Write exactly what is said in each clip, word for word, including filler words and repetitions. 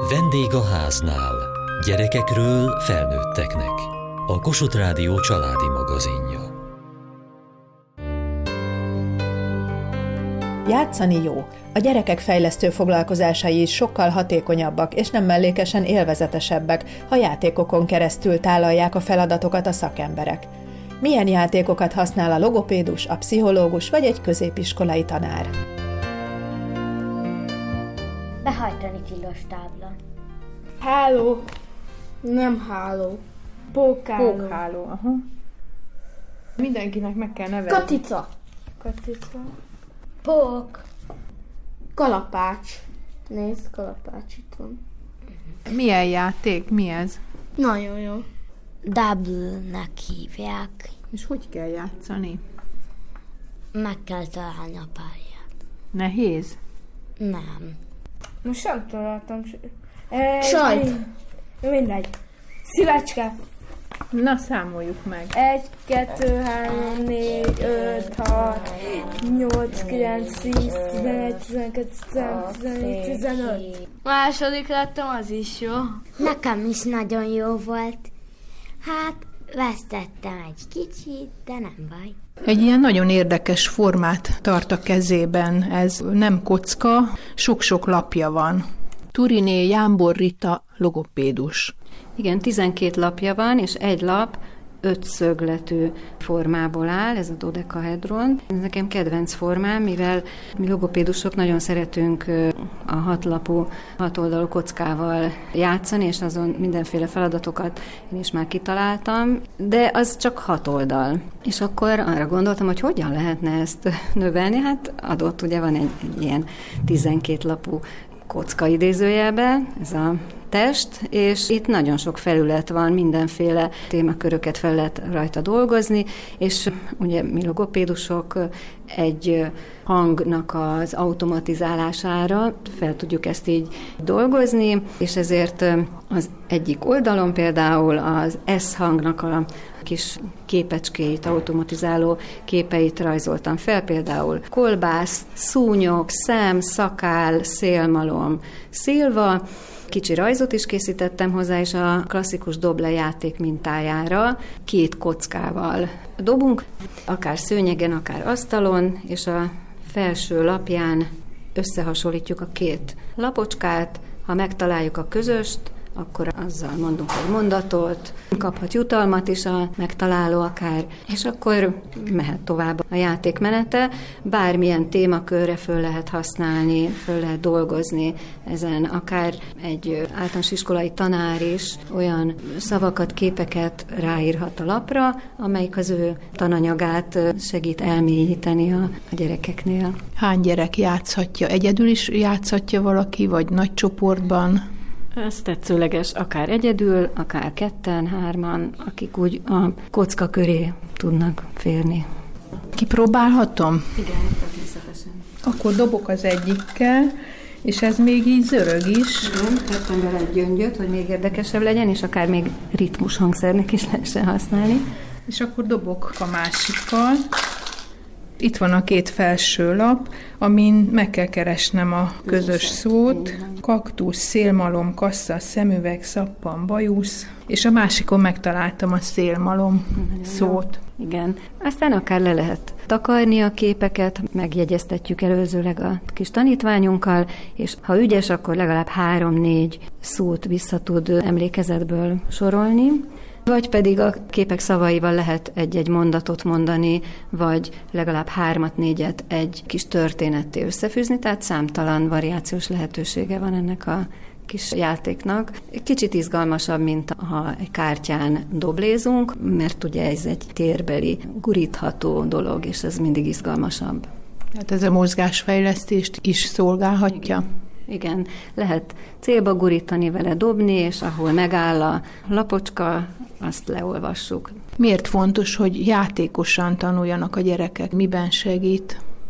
Vendég a háznál. Gyerekekről felnőtteknek. A Kossuth Rádió családi magazinja. Játszani jó. A gyerekek fejlesztő foglalkozásai is sokkal hatékonyabbak és nem mellékesen élvezetesebbek, ha játékokon keresztül tálalják a feladatokat a szakemberek. Milyen játékokat használ a logopédus, a pszichológus vagy egy középiskolai tanár? Behajtani tilos tábla. Háló. Nem háló. Pókháló. Pókháló, aha. Mindenkinek meg kell nevezni. Katica. Katica. Pók. Kalapács. Nézd, kalapács itt van. Milyen játék? Mi ez? Nagyon jó. Double-nek hívják. És hogy kell játszani? Meg kell találni a pályát. Nehéz? Nem. Most sem találtam se. Egy, Sajt. Mindegy. Szívecske. Na, számoljuk meg. Egy, kettő, három, négy, öt, hat, nyolc, kilenc, tíz, tizenegy, tizenkettő, tizennégy, tizenöt. Második lettem, az is jó. Nekem is nagyon jó volt. Hát, vesztettem egy kicsit, de nem baj. Egy ilyen nagyon érdekes formát tart a kezében. Ez nem kocka, sok-sok lapja van. Turiné Jámbor Rita, logopédus. Igen, tizenkét lapja van, és egy lap ötszögletű formából áll, ez a dodekahedron. Ez nekem kedvenc formám, mivel mi logopédusok nagyon szeretünk a hatlapú, hatoldalú kockával játszani, és azon mindenféle feladatokat én is már kitaláltam, de az csak hat oldal. És akkor arra gondoltam, hogy hogyan lehetne ezt növelni, hát adott, ugye van egy, egy ilyen tizenkét lapú kocka idézőjelbe, ez a test, és itt nagyon sok felület van, mindenféle témaköröket fel lehet rajta dolgozni, és ugye mi logopédusok egy hangnak az automatizálására fel tudjuk ezt így dolgozni, és ezért az egyik oldalon például az S hangnak a kis képecskéit, automatizáló képeit rajzoltam fel, például kolbász, szúnyog, szem, szakál, szélmalom, szilva. Kicsi rajzot is készítettem hozzá, és a klasszikus doble játék mintájára két kockával dobunk, akár szőnyegen, akár asztalon, és a felső lapján összehasonlítjuk a két lapocskát, ha megtaláljuk a közöst, akkor azzal mondunk egy mondatot, kaphat jutalmat is a megtaláló akár, és akkor mehet tovább a játék menete. Bármilyen témakörre föl lehet használni, föl lehet dolgozni ezen, akár egy általános iskolai tanár is olyan szavakat, képeket ráírhat a lapra, amelyik az ő tananyagát segít elmélyíteni a, a gyerekeknél. Hány gyerek játszhatja? Egyedül is játszhatja valaki, vagy nagy csoportban? Ez tetszőleges, akár egyedül, akár ketten, hárman, akik úgy a kocka köré tudnak férni. Kipróbálhatom? Igen, természetesen. Akkor dobok az egyikkel, és ez még így zörög is. Igen, tettem bele egy gyöngyöt, hogy még érdekesebb legyen, és akár még ritmus hangszernek is lehessen használni. És akkor dobok a másikkal. Itt van a két felső lap, amin meg kell keresnem a közös szót. Kaktusz, szélmalom, kassa, szemüveg, szappan, bajusz, és a másikon megtaláltam a szélmalom szót. Igen. Aztán akár le lehet takarni a képeket, megjegyeztetjük előzőleg a kis tanítványunkkal, és ha ügyes, akkor legalább három-négy szót vissza tud emlékezetből sorolni. Vagy pedig a képek szavaival lehet egy-egy mondatot mondani, vagy legalább hármat, négyet egy kis történetté összefűzni, tehát számtalan variációs lehetősége van ennek a kis játéknak. Kicsit izgalmasabb, mint ha egy kártyán doblézunk, mert ugye ez egy térbeli, gurítható dolog, és ez mindig izgalmasabb. Hát ez a mozgásfejlesztést is szolgálhatja? Igen, lehet célba gurítani vele, dobni, és ahol megáll a lapocska, azt leolvassuk. Miért fontos, hogy játékosan tanuljanak a gyerekek? Miben segít?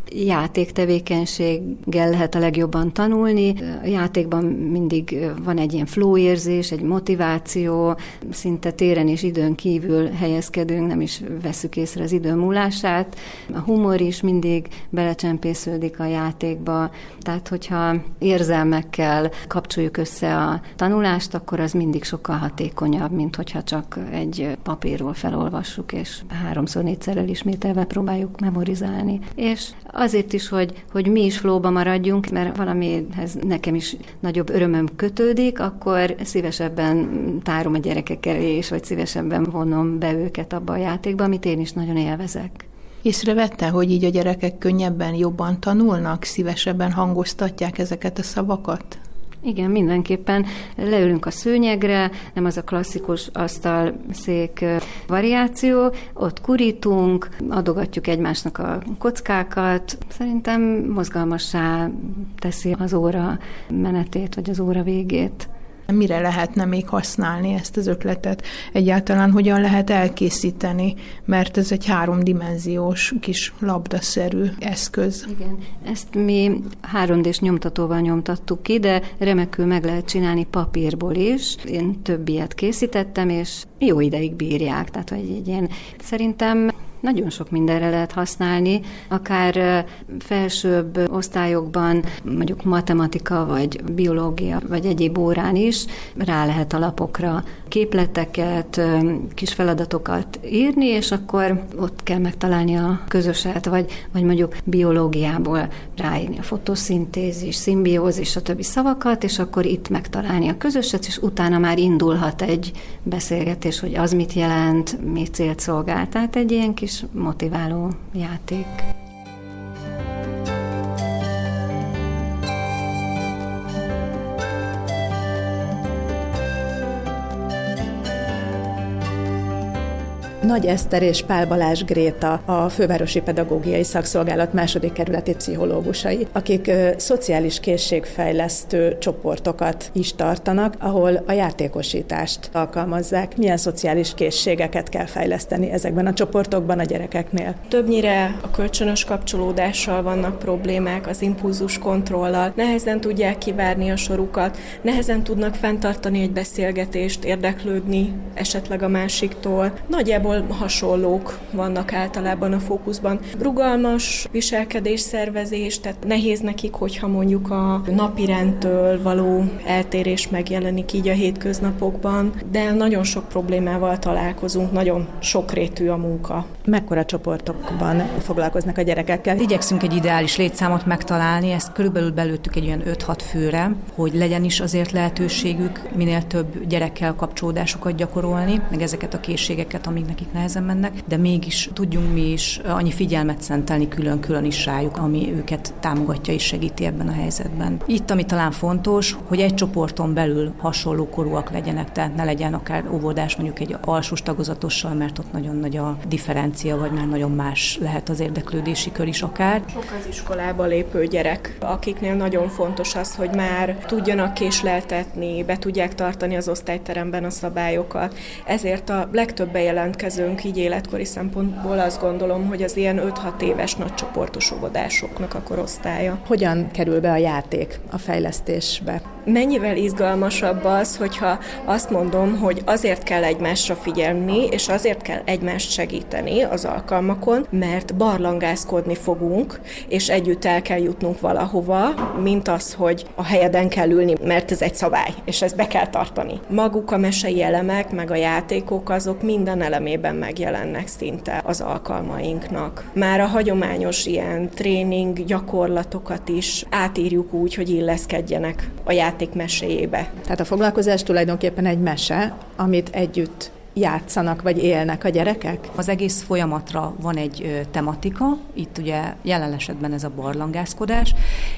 Játéktevékenységgel lehet a legjobban tanulni. A játékban mindig van egy ilyen flow érzés, egy motiváció, szinte téren és időn kívül helyezkedünk, nem is vesszük észre az idő múlását. A humor is mindig belecsempésződik a játékba, tehát hogyha érzelmekkel kapcsoljuk össze a tanulást, akkor az mindig sokkal hatékonyabb, mint hogyha csak egy papírról felolvassuk, és háromszor, négyszer elismételve próbáljuk memorizálni. És azért is, hogy, hogy mi is flowba maradjunk, mert valamihez nekem is nagyobb örömöm kötődik, akkor szívesebben tárom a gyerekek elé, és vagy szívesebben vonom be őket abba a játékba, amit én is nagyon élvezek. Észrevette, hogy így a gyerekek könnyebben, jobban tanulnak, szívesebben hangoztatják ezeket a szavakat? Igen, mindenképpen leülünk a szőnyegre, nem az a klasszikus asztalszék variáció, ott kurítunk, adogatjuk egymásnak a kockákat. Szerintem mozgalmassá teszi az óra menetét, vagy az óra végét. Mire lehetne még használni ezt az ötletet? Egyáltalán hogyan lehet elkészíteni? Mert ez egy háromdimenziós kis labdaszerű eszköz. Igen, ezt mi három dés nyomtatóval nyomtattuk ki, de remekül meg lehet csinálni papírból is. Én több ilyet készítettem, és jó ideig bírják. Tehát, hogy egy ilyen, szerintem nagyon sok mindenre lehet használni, akár felsőbb osztályokban, mondjuk matematika, vagy biológia, vagy egyéb órán is rá lehet a lapokra képleteket, kis feladatokat írni, és akkor ott kell megtalálni a közöset, vagy, vagy mondjuk biológiából ráírni a fotoszintézis, szimbiózis, stb. Szavakat, és akkor itt megtalálni a közöset, és utána már indulhat egy beszélgetés, hogy az mit jelent, mi célt szolgál. Tehát egy ilyen kis motiváló játék. Nagy Eszter és Pál Balázs Gréta, a Fővárosi Pedagógiai Szakszolgálat második kerületi pszichológusai, akik ö, szociális készségfejlesztő csoportokat is tartanak, ahol a játékosítást alkalmazzák. Milyen szociális készségeket kell fejleszteni ezekben a csoportokban a gyerekeknél? Többnyire a kölcsönös kapcsolódással vannak problémák, az impulzus kontrollal, nehezen tudják kivárni a sorukat, nehezen tudnak fenntartani egy beszélgetést, érdeklődni esetleg a másiktól. Nagyjából hasonlók vannak általában a fókuszban. Rugalmas viselkedésszervezés, tehát nehéz nekik, hogyha mondjuk a napirendtől való eltérés megjelenik így a hétköznapokban, de nagyon sok problémával találkozunk, nagyon sokrétű a munka. Mekkora csoportokban foglalkoznak a gyerekekkel? Igyekszünk egy ideális létszámot megtalálni, ezt körülbelül belőttük egy olyan öt-hat főre, hogy legyen is azért lehetőségük minél több gyerekkel kapcsolódásokat gyakorolni, meg ezeket a készségeket, amik nekik nehezen mennek, de mégis tudjunk mi is annyi figyelmet szentelni külön-külön is rájuk, ami őket támogatja és segíti ebben a helyzetben. Itt, ami talán fontos, hogy egy csoporton belül hasonló korúak legyenek, tehát ne legyen akár óvodás mondjuk egy alsós tagozatossal, mert ott nagyon nagy a differencia, vagy már nagyon más lehet az érdeklődési kör is akár. Sok az iskolába lépő gyerek, akiknél nagyon fontos az, hogy már tudjanak késleltetni, be tudják tartani az osztályteremben a szabályokat. Ezért a legtöbb bejelentkezőnk így életkori szempontból azt gondolom, hogy az ilyen öt-hat éves nagycsoportos óvodásoknak a korosztálya. Hogyan kerül be a játék a fejlesztésbe? Mennyivel izgalmasabb az, hogyha azt mondom, hogy azért kell egymásra figyelni, és azért kell egymást segíteni az alkalmakon, mert barlangászkodni fogunk, és együtt el kell jutnunk valahova, mint az, hogy a helyeden kell ülni, mert ez egy szabály, és ezt be kell tartani. Maguk a mesei elemek, meg a játékok, azok minden elemében megjelennek szinte az alkalmainknak. Már a hagyományos ilyen tréning gyakorlatokat is átírjuk úgy, hogy illeszkedjenek a játék meséjébe. Tehát a foglalkozás tulajdonképpen egy mese, amit együtt játszanak, vagy élnek a gyerekek? Az egész folyamatra van egy ö, tematika, itt ugye jelen esetben ez a barlangászkodás,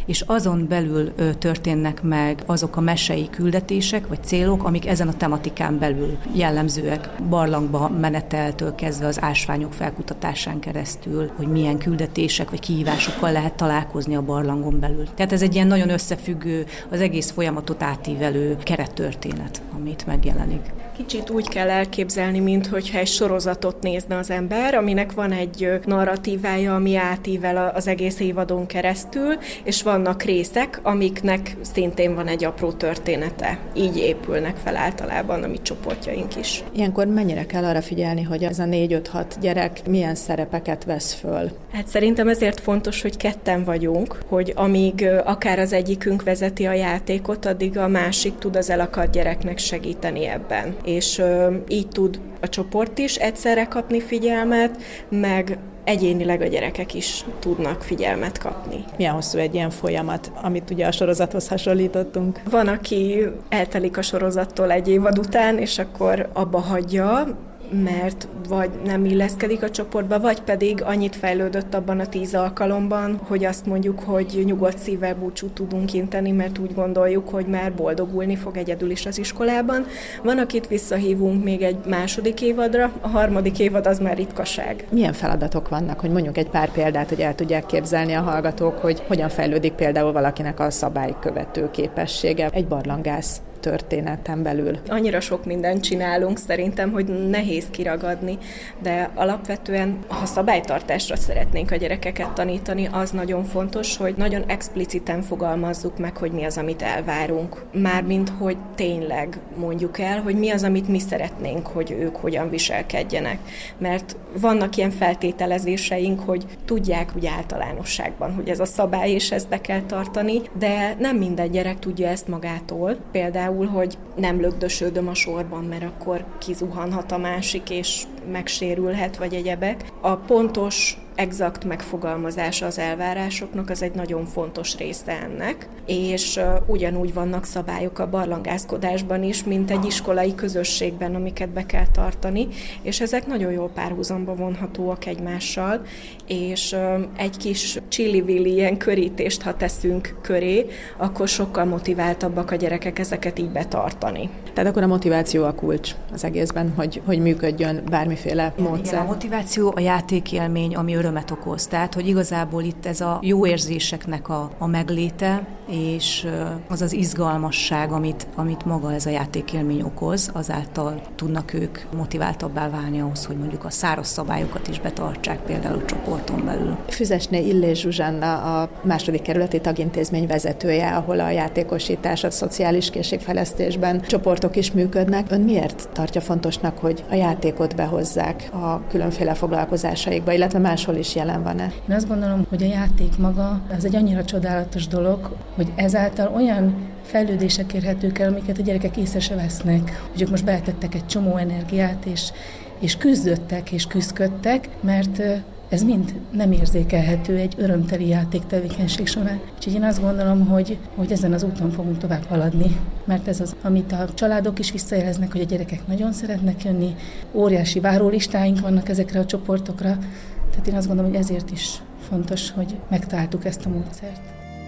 és azon belül történnek meg azok a mesei küldetések vagy célok, amik ezen a tematikán belül jellemzőek. Barlangba meneteltől kezdve az ásványok felkutatásán keresztül, hogy milyen küldetések vagy kihívásokkal lehet találkozni a barlangon belül. Tehát ez egy ilyen nagyon összefüggő, az egész folyamatot átívelő kerettörténet, amit megjelenik. Kicsit úgy kell elképzelni, minthogyha egy sorozatot nézne az ember, aminek van egy narratívája, ami átível az egész évadon keresztül, és vannak részek, amiknek szintén van egy apró története. Így épülnek fel általában a mi csoportjaink is. Ilyenkor mennyire kell arra figyelni, hogy ez a négy-öt-hat gyerek milyen szerepeket vesz föl? Hát szerintem ezért fontos, hogy ketten vagyunk, hogy amíg akár az egyikünk vezeti a játékot, addig a másik tud az elakadt gyereknek segíteni ebben. És ö, így tud a csoport is egyszerre kapni figyelmet, meg egyénileg a gyerekek is tudnak figyelmet kapni. Milyen hosszú egy ilyen folyamat, amit ugye a sorozathoz hasonlítottunk? Van, aki eltelik a sorozattól egy évad után, és akkor abba hagyja, mert vagy nem illeszkedik a csoportba, vagy pedig annyit fejlődött abban a tíz alkalomban, hogy azt mondjuk, hogy nyugodt szívvel búcsút tudunk inteni, mert úgy gondoljuk, hogy már boldogulni fog egyedül is az iskolában. Van, akit visszahívunk még egy második évadra, a harmadik évad az már ritkaság. Milyen feladatok vannak, hogy mondjuk egy pár példát, hogy el tudják képzelni a hallgatók, hogy hogyan fejlődik például valakinek a szabálykövető képessége, egy barlangász történeten belül. Annyira sok mindent csinálunk szerintem, hogy nehéz kiragadni, de alapvetően, ha szabálytartásra szeretnénk a gyerekeket tanítani, az nagyon fontos, hogy nagyon expliciten fogalmazzuk meg, hogy mi az, amit elvárunk. Mármint, hogy tényleg mondjuk el, hogy mi az, amit mi szeretnénk, hogy ők hogyan viselkedjenek. Mert vannak ilyen feltételezéseink, hogy tudják úgy általánosságban, hogy ez a szabály, és ezt be kell tartani, de nem minden gyerek tudja ezt magától. Például hogy nem lögdösödöm a sorban, mert akkor kizuhanhat a másik, és megsérülhet, vagy egyebek. A pontos, exakt megfogalmazása az elvárásoknak az egy nagyon fontos része ennek, és uh, ugyanúgy vannak szabályok a barlangászkodásban is, mint egy iskolai közösségben, amiket be kell tartani, és ezek nagyon jól párhuzamba vonhatóak egymással, és uh, egy kis csillivilli ilyen körítést, ha teszünk köré, akkor sokkal motiváltabbak a gyerekek ezeket így betartani. Tehát akkor a motiváció a kulcs az egészben, hogy, hogy működjön bármiféle módszer. Igen, a motiváció a játékélmény, ami örömet okoz. Tehát, hogy igazából itt ez a jó érzéseknek a, a megléte, és az az izgalmasság, amit, amit maga ez a játékélmény okoz, azáltal tudnak ők motiváltabbá válni ahhoz, hogy mondjuk a száraz szabályokat is betartsák például a csoporton belül. Füzesné Illés Zsuzsanna a második kerületi tagintézmény vezetője, ahol a játékosítás, a szociális készségfejlesztésben csoportok is működnek. Ön miért tartja fontosnak, hogy a játékot behozzák a különféle foglalkozásaikba, illetve máshol is jelen van-e? Én azt gondolom, hogy a játék maga az egy annyira csodálatos dolog, hogy ezáltal olyan fejlődések érhetők el, amiket a gyerekek észre se vesznek. Hogy ők most beletettek egy csomó energiát, és, és küzdöttek, és küzdködtek, mert ez mind nem érzékelhető egy örömteli játéktevékenység során. Úgyhogy én azt gondolom, hogy, hogy ezen az úton fogunk tovább haladni, mert ez az, amit a családok is visszajeleznek, hogy a gyerekek nagyon szeretnek jönni, óriási várólistáink vannak ezekre a csoportokra, tehát én azt gondolom, hogy ezért is fontos, hogy megtaláltuk ezt a módszert.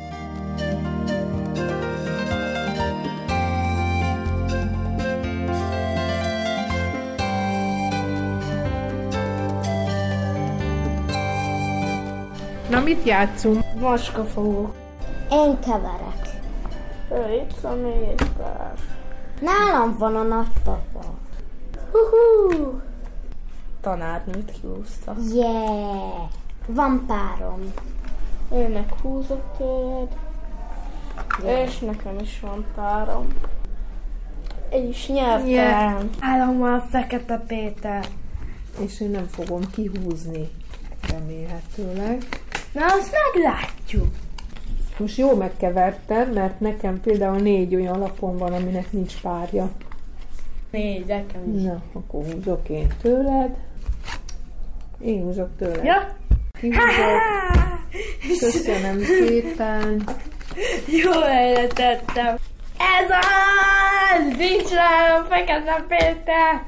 Na, mit játszunk? Macskafogó. Én keverek. Ő, itt van még egy pár. Nálam van a nagypapa. Hú-hú! Tanárnőt kihúzta. Yeah! Van párom. Őnek húzok tőled. Yeah. És nekem is van párom. Én is nyertem. Yeah. Állammal a Fekete Péter. És én nem fogom kihúzni, remélhetőleg. Na, azt meglátjuk. Most jól megkevertem, mert nekem például négy olyan lapon van, aminek nincs párja. Négy, nekem is. Na, akkor húzok én tőled. Én húzok tőled. Ja? Kihúzok. Köszönöm szépen. Jól eltettem. Ez az! Nincs nálam Fekete Péter!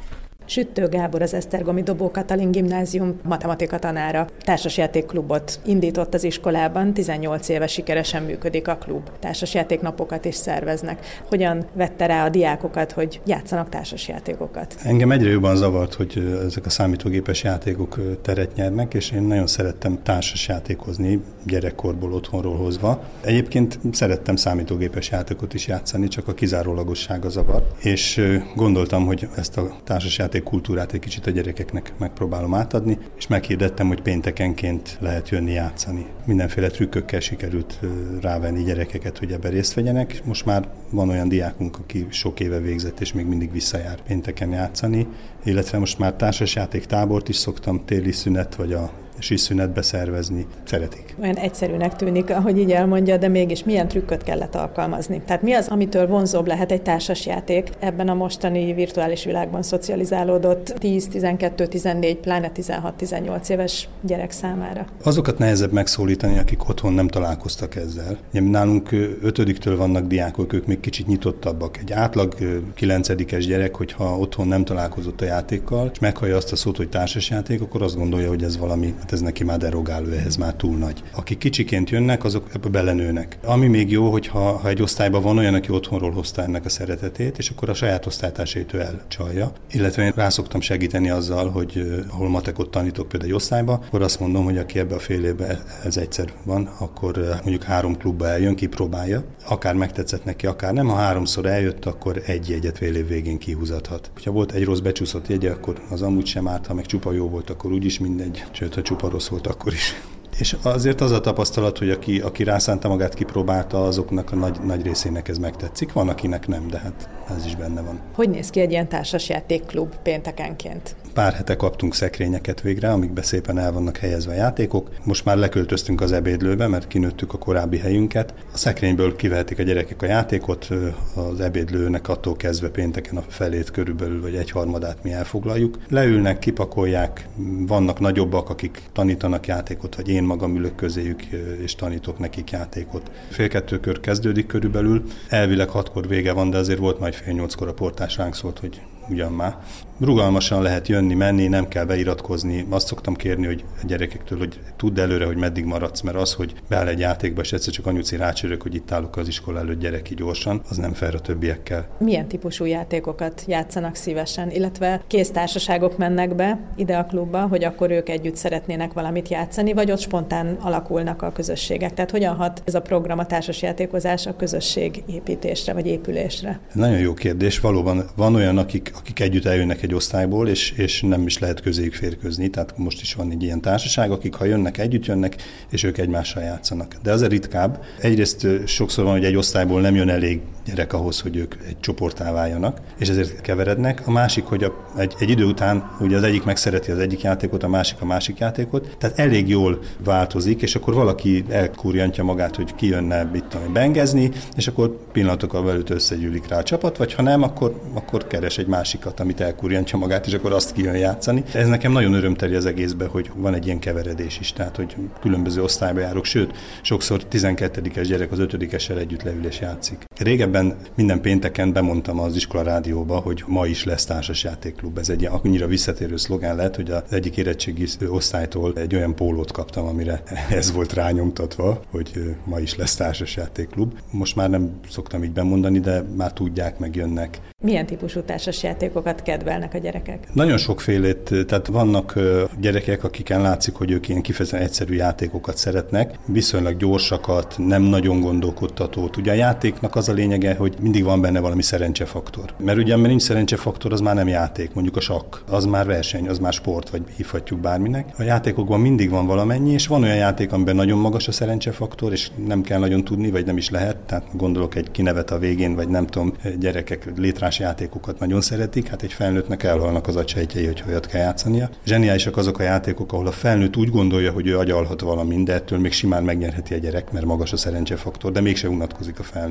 Süttő Gábor, az Esztergomi Dobó Katalin Gimnázium matematika tanára. Társasjátékklubot indított az iskolában, tizennyolc éve sikeresen működik a klub. Társasjátéknapokat is szerveznek. Hogyan vette rá a diákokat, hogy játszanak társasjátékokat? Engem egyre jobban zavart, hogy ezek a számítógépes játékok teret nyernek, és én nagyon szerettem társasjátékozni, gyerekkorból, otthonról hozva. Egyébként szerettem számítógépes játékot is játszani, csak a kizárólagossága zavart, és gondoltam, hogy ezt a társasjáték kultúrát egy kicsit a gyerekeknek megpróbálom átadni, és meghirdettem, hogy péntekenként lehet jönni játszani. Mindenféle trükkökkel sikerült rávenni gyerekeket, hogy ebben részt vegyenek, és most már van olyan diákunk, aki sok éve végzett, és még mindig visszajár pénteken játszani, illetve most már társasjáték tábort is szoktam, téli szünet vagy a síszünetbe szervezni. Szeretik. Olyan egyszerűnek tűnik, ahogy így elmondja, de mégis milyen trükköt kellett alkalmazni? Tehát mi az, amitől vonzóbb lehet egy társasjáték ebben a mostani virtuális világban szocializálódott tíz, tizenkettő, tizennégy, pláne tizenhat, tizennyolc éves gyerek számára? Azokat nehezebb megszólítani, akik otthon nem találkoztak ezzel. Nálunk ötödiktől vannak diákok, ők még kicsit nyitottabbak. Egy átlag kilencedikes gyerek, hogyha otthon nem találkozott a játékkal, és meghallja azt a szót, hogy társasjáték, akkor azt gondolja, hogy ez valami, ez neki már derogáló, ehhez már túl nagy. Akik kicsiként jönnek, azok ebbe belenőnek. Ami még jó, hogy ha, ha egy osztályban van olyan, aki otthonról hozta ennek a szeretetét, és akkor a saját osztálytársait ő elcsalja. Illetve én rá szoktam segíteni azzal, hogy ahol matekot tanítok például egy osztályba, akkor azt mondom, hogy aki ebbe a fél évben ez egyszer van, akkor mondjuk három klubba eljön, kipróbálja. Akár megtetszett neki, akár nem. Ha háromszor eljött, akkor egy jegyet fél év végén kihúzathat. Ha volt egy rossz becsúszott jegye, akkor az amúgy sem árt, ha meg csupa jó volt, akkor úgyis mindegy. Sőt, ha csupa rossz volt, akkor is. És azért az a tapasztalat, hogy aki, aki rászánta magát, kipróbálta, azoknak a nagy, nagy részének ez megtetszik. Van, akinek nem, de hát ez is benne van. Hogy néz ki egy ilyen társasjátékklub péntekenként? Pár hete kaptunk szekrényeket végre, amikbe szépen el vannak helyezve a játékok. Most már leköltöztünk az ebédlőbe, mert kinőttük a korábbi helyünket. A szekrényből kivehetik a gyerekek a játékot, az ebédlőnek attól kezdve pénteken a felét körülbelül, vagy egyharmadát mi elfoglaljuk. Leülnek, kipakolják, vannak nagyobbak, akik tanítanak játékot, vagy én magam ülök közéjük, és tanítok nekik játékot. Fél kettőkör kezdődik körülbelül, elvileg hatkor vége van, de azért volt majd fél nyolckor a portás ránk szólt, hogy ugyan már. Rugalmasan lehet jönni, menni, nem kell beiratkozni. Azt szoktam kérni, hogy a gyerekektől, hogy tudd előre, hogy meddig maradsz, mert az, hogy beáll egy játékba, és egyszer csak anyuci rácsörök, hogy itt állok az iskola előtt gyereki gyorsan, az nem fair a többiekkel. Milyen típusú játékokat játszanak szívesen, illetve kéztársaságok mennek be ide a klubba, hogy akkor ők együtt szeretnének valamit játszani, vagy ott spontán alakulnak a közösségek? Tehát hogyan hat ez a program, a társasjátékozás a közösség építésre vagy épülésre? Nagyon jó kérdés. Valóban van olyan, akik, akik együtt eljönnek egy osztályból, és, és nem is lehet közéjük férkőzni. Tehát most is van egy ilyen társaság, akik ha jönnek, együtt jönnek, és ők egymással játszanak. De az a ritkább. Egyrészt sokszor van, hogy egy osztályból nem jön elég gyerek ahhoz, hogy ők egy csoporttá váljanak, és ezért keverednek. A másik, hogy a, egy, egy idő után ugye az egyik megszereti az egyik játékot, a másik a másik játékot, tehát elég jól változik, és akkor valaki elkurjantja magát, hogy kijönne itt bengezni, és akkor pillanatokkal belül összegyűlik rá a csapat, vagy ha nem, akkor, akkor keres egy másikat, amit elkurjantja magát, és akkor azt kijön játszani. Ez nekem nagyon örömteli az egészben, hogy van egy ilyen keveredés is, tehát hogy különböző osztályba járok, sőt, sokszor tizenkettedikes gyerek az ötödikessel együtt leül és játszik. Régebben minden pénteken bemondtam az iskola rádióba, hogy ma is lesz társasjátékklub. Ez egy annyira visszatérő szlogán lett, hogy az egyik érettségi osztálytól egy olyan pólót kaptam, amire ez volt rányomtatva, hogy ma is lesz társasjátékklub. Most már nem szoktam így bemondani, de már tudják, megjönnek. Milyen típusú társasjátékokat kedvelnek a gyerekek? Nagyon sokfélét, tehát vannak gyerekek, akiken látszik, hogy ők ilyen kifejezetten egyszerű játékokat szeretnek, viszonylag gyorsakat, nem nagyon gondolkodtatót. Ugye a játéknak az a lényege, hogy mindig van benne valami szerencsefaktor. Mert ugye, mert nincs szerencsefaktor, az már nem játék, mondjuk a sakk, az már verseny, az már sport, vagy hívhatjuk bárminek. A játékokban mindig van valamennyi, és van olyan játék, amiben nagyon magas a szerencsefaktor, és nem kell nagyon tudni, vagy nem is lehet. Tehát gondolok egy kinevet a végén, vagy nem tudom, gyerekek létrás játékokat nagyon szeretik, hát egy felnőttnek elhalnak az agysejtjei, hogy olyat kell játszania. Zseniálisak azok a játékok, ahol a felnőtt úgy gondolja, hogy ő agyalhat valamint, de ettől még simán megnyerheti a gyerek, mert magas a szerencsefaktor, de mégse unatkozik a felnőtt.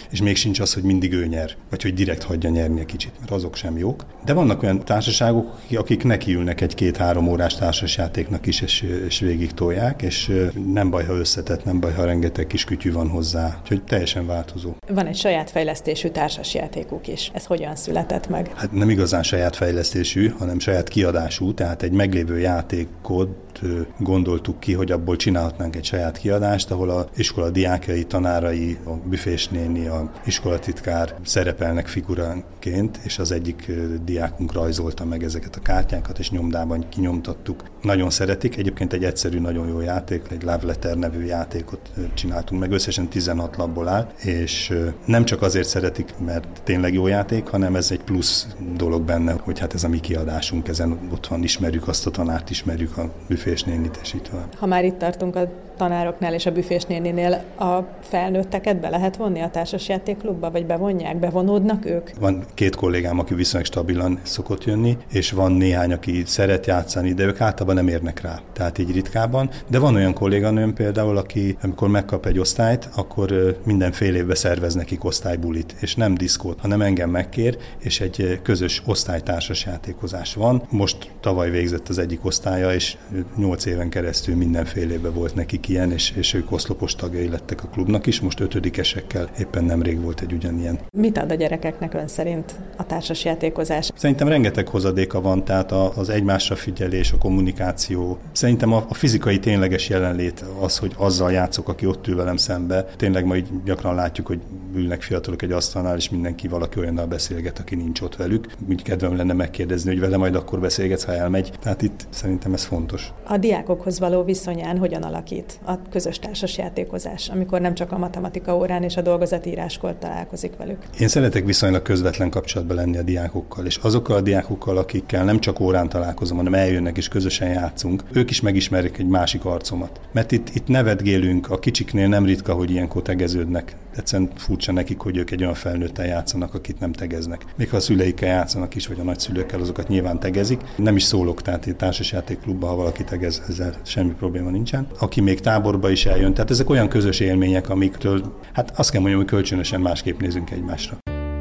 és még sincs az, hogy mindig ő nyer, vagy hogy direkt hagyja nyerni egy kicsit, mert azok sem jók. De vannak olyan társaságok, akik nekiülnek egy két-három órás társasjátéknak is, és, és végig tolják, és nem baj, ha összetett, nem baj, ha rengeteg kis kütyű van hozzá, úgyhogy teljesen változó. Van egy saját fejlesztésű társasjátékuk is. Ez hogyan született meg? Hát nem igazán saját fejlesztésű, hanem saját kiadású, tehát egy meglévő játékot gondoltuk ki, hogy abból csinálhatnánk egy saját kiadást, ahol a iskola diákjai, tanárai, a büfésnéni, a iskolatitkár szerepelnek figuránként, és az egyik diákunk rajzolta meg ezeket a kártyákat, és nyomdában kinyomtattuk. Nagyon szeretik, egyébként egy egyszerű, nagyon jó játék, egy Love Letter nevű játékot csináltunk meg, összesen tizenhat lapból áll, és nem csak azért szeretik, mert tényleg jó játék, hanem ez egy plusz dolog benne, hogy hát ez a mi kiadásunk, ezen ott van, ismerjük azt a tanárt, ismerjük a büfésnénit, és itt van. Ha már itt tartunk a tanároknál és a büfésnéninél, a felnőtteket be lehet vonni a társasjátékklubba, vagy bevonják, bevonódnak ők? Van két kollégám, aki viszonylag stabilan szokott jönni, és van néhány, aki szeret játszani, de ők általában nem érnek rá, tehát így ritkában. De van olyan kolléganőm például, aki amikor megkap egy osztályt, akkor minden fél évben szervez nekik osztálybulit, és nem diszkót, hanem engem megkér, és egy közös osztálytársas játékozás van. Most tavaly végzett az egyik osztálya, és nyolc éven keresztül minden fél évben volt nekik ilyen, és, és ők oszlopos tagjai lettek a klubnak is, most ötödikesekkel éppen nemrég volt egy ugyanilyen. Mit ad a gyerekeknek ön szerint a társasjátékozás? Szerintem rengeteg hozadéka van, tehát az egymásra figyelés, a kommunikáció. Szerintem a, a fizikai tényleges jelenlét az, hogy azzal játszok, aki ott ül velem szembe. Tényleg majd gyakran látjuk, hogy ülnek fiatalok egy asztalnál, és mindenki valaki olyannal beszélget, aki nincs ott velük. Úgy kedvem lenne megkérdezni, hogy vele majd akkor beszélgetsz, ha elmegy. Tehát itt szerintem ez fontos. A diákokhoz való viszonyán hogyan alakít a közös társasjátékozás, amikor nem csak a matematika órán és a dolgozatíráskor találkozik velük? Én szeretek viszonylag közvetlen kapcsolatban lenni a diákokkal, és azokkal a diákokkal, akikkel nem csak órán találkozom, hanem eljönnek és közösen játszunk, ők is megismerik egy másik arcomat. Mert itt, itt nevetgélünk, a kicsiknél nem ritka, hogy ilyenkor tegeződnek. Egyszerűen furcsa nekik, hogy ők egy olyan felnőttel játszanak, akit nem tegeznek. Még ha a szüleikkel játszanak is, vagy a nagyszülőkkel, azokat nyilván tegezik. Nem is szólok, tehát egy társasjátékklubban, ha valaki tegez, ezzel semmi probléma nincsen. Aki még táborba is eljön, tehát ezek olyan közös élmények, amiktől, hát azt kell mondjam, hogy kölcsönösen másképp nézünk egymásra.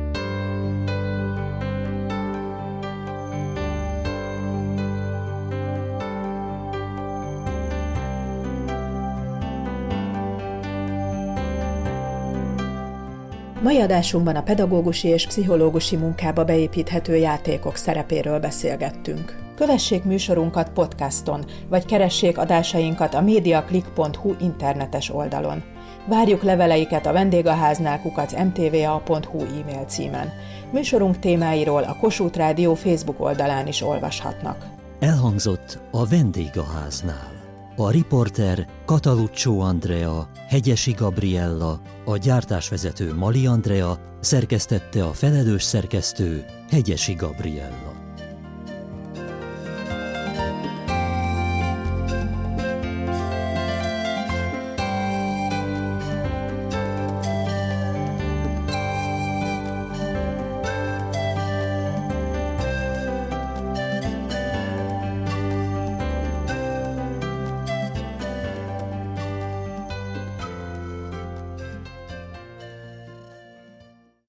Mai adásunkban a pedagógusi és pszichológusi munkába beépíthető játékok szerepéről beszélgettünk. Kövessék műsorunkat podcaston, vagy keressék adásainkat a mediaclick pont hu internetes oldalon. Várjuk leveleiket a vendégháznál kukac em té vé a pont hu e-mail címen. Műsorunk témáiról a Kossuth Rádió Facebook oldalán is olvashatnak. Elhangzott a vendégháznál. A riporter Cataluccio Andrea, Hegyesi Gabriella, a gyártásvezető Mali Andrea, szerkesztette a felelős szerkesztő Hegyesi Gabriella.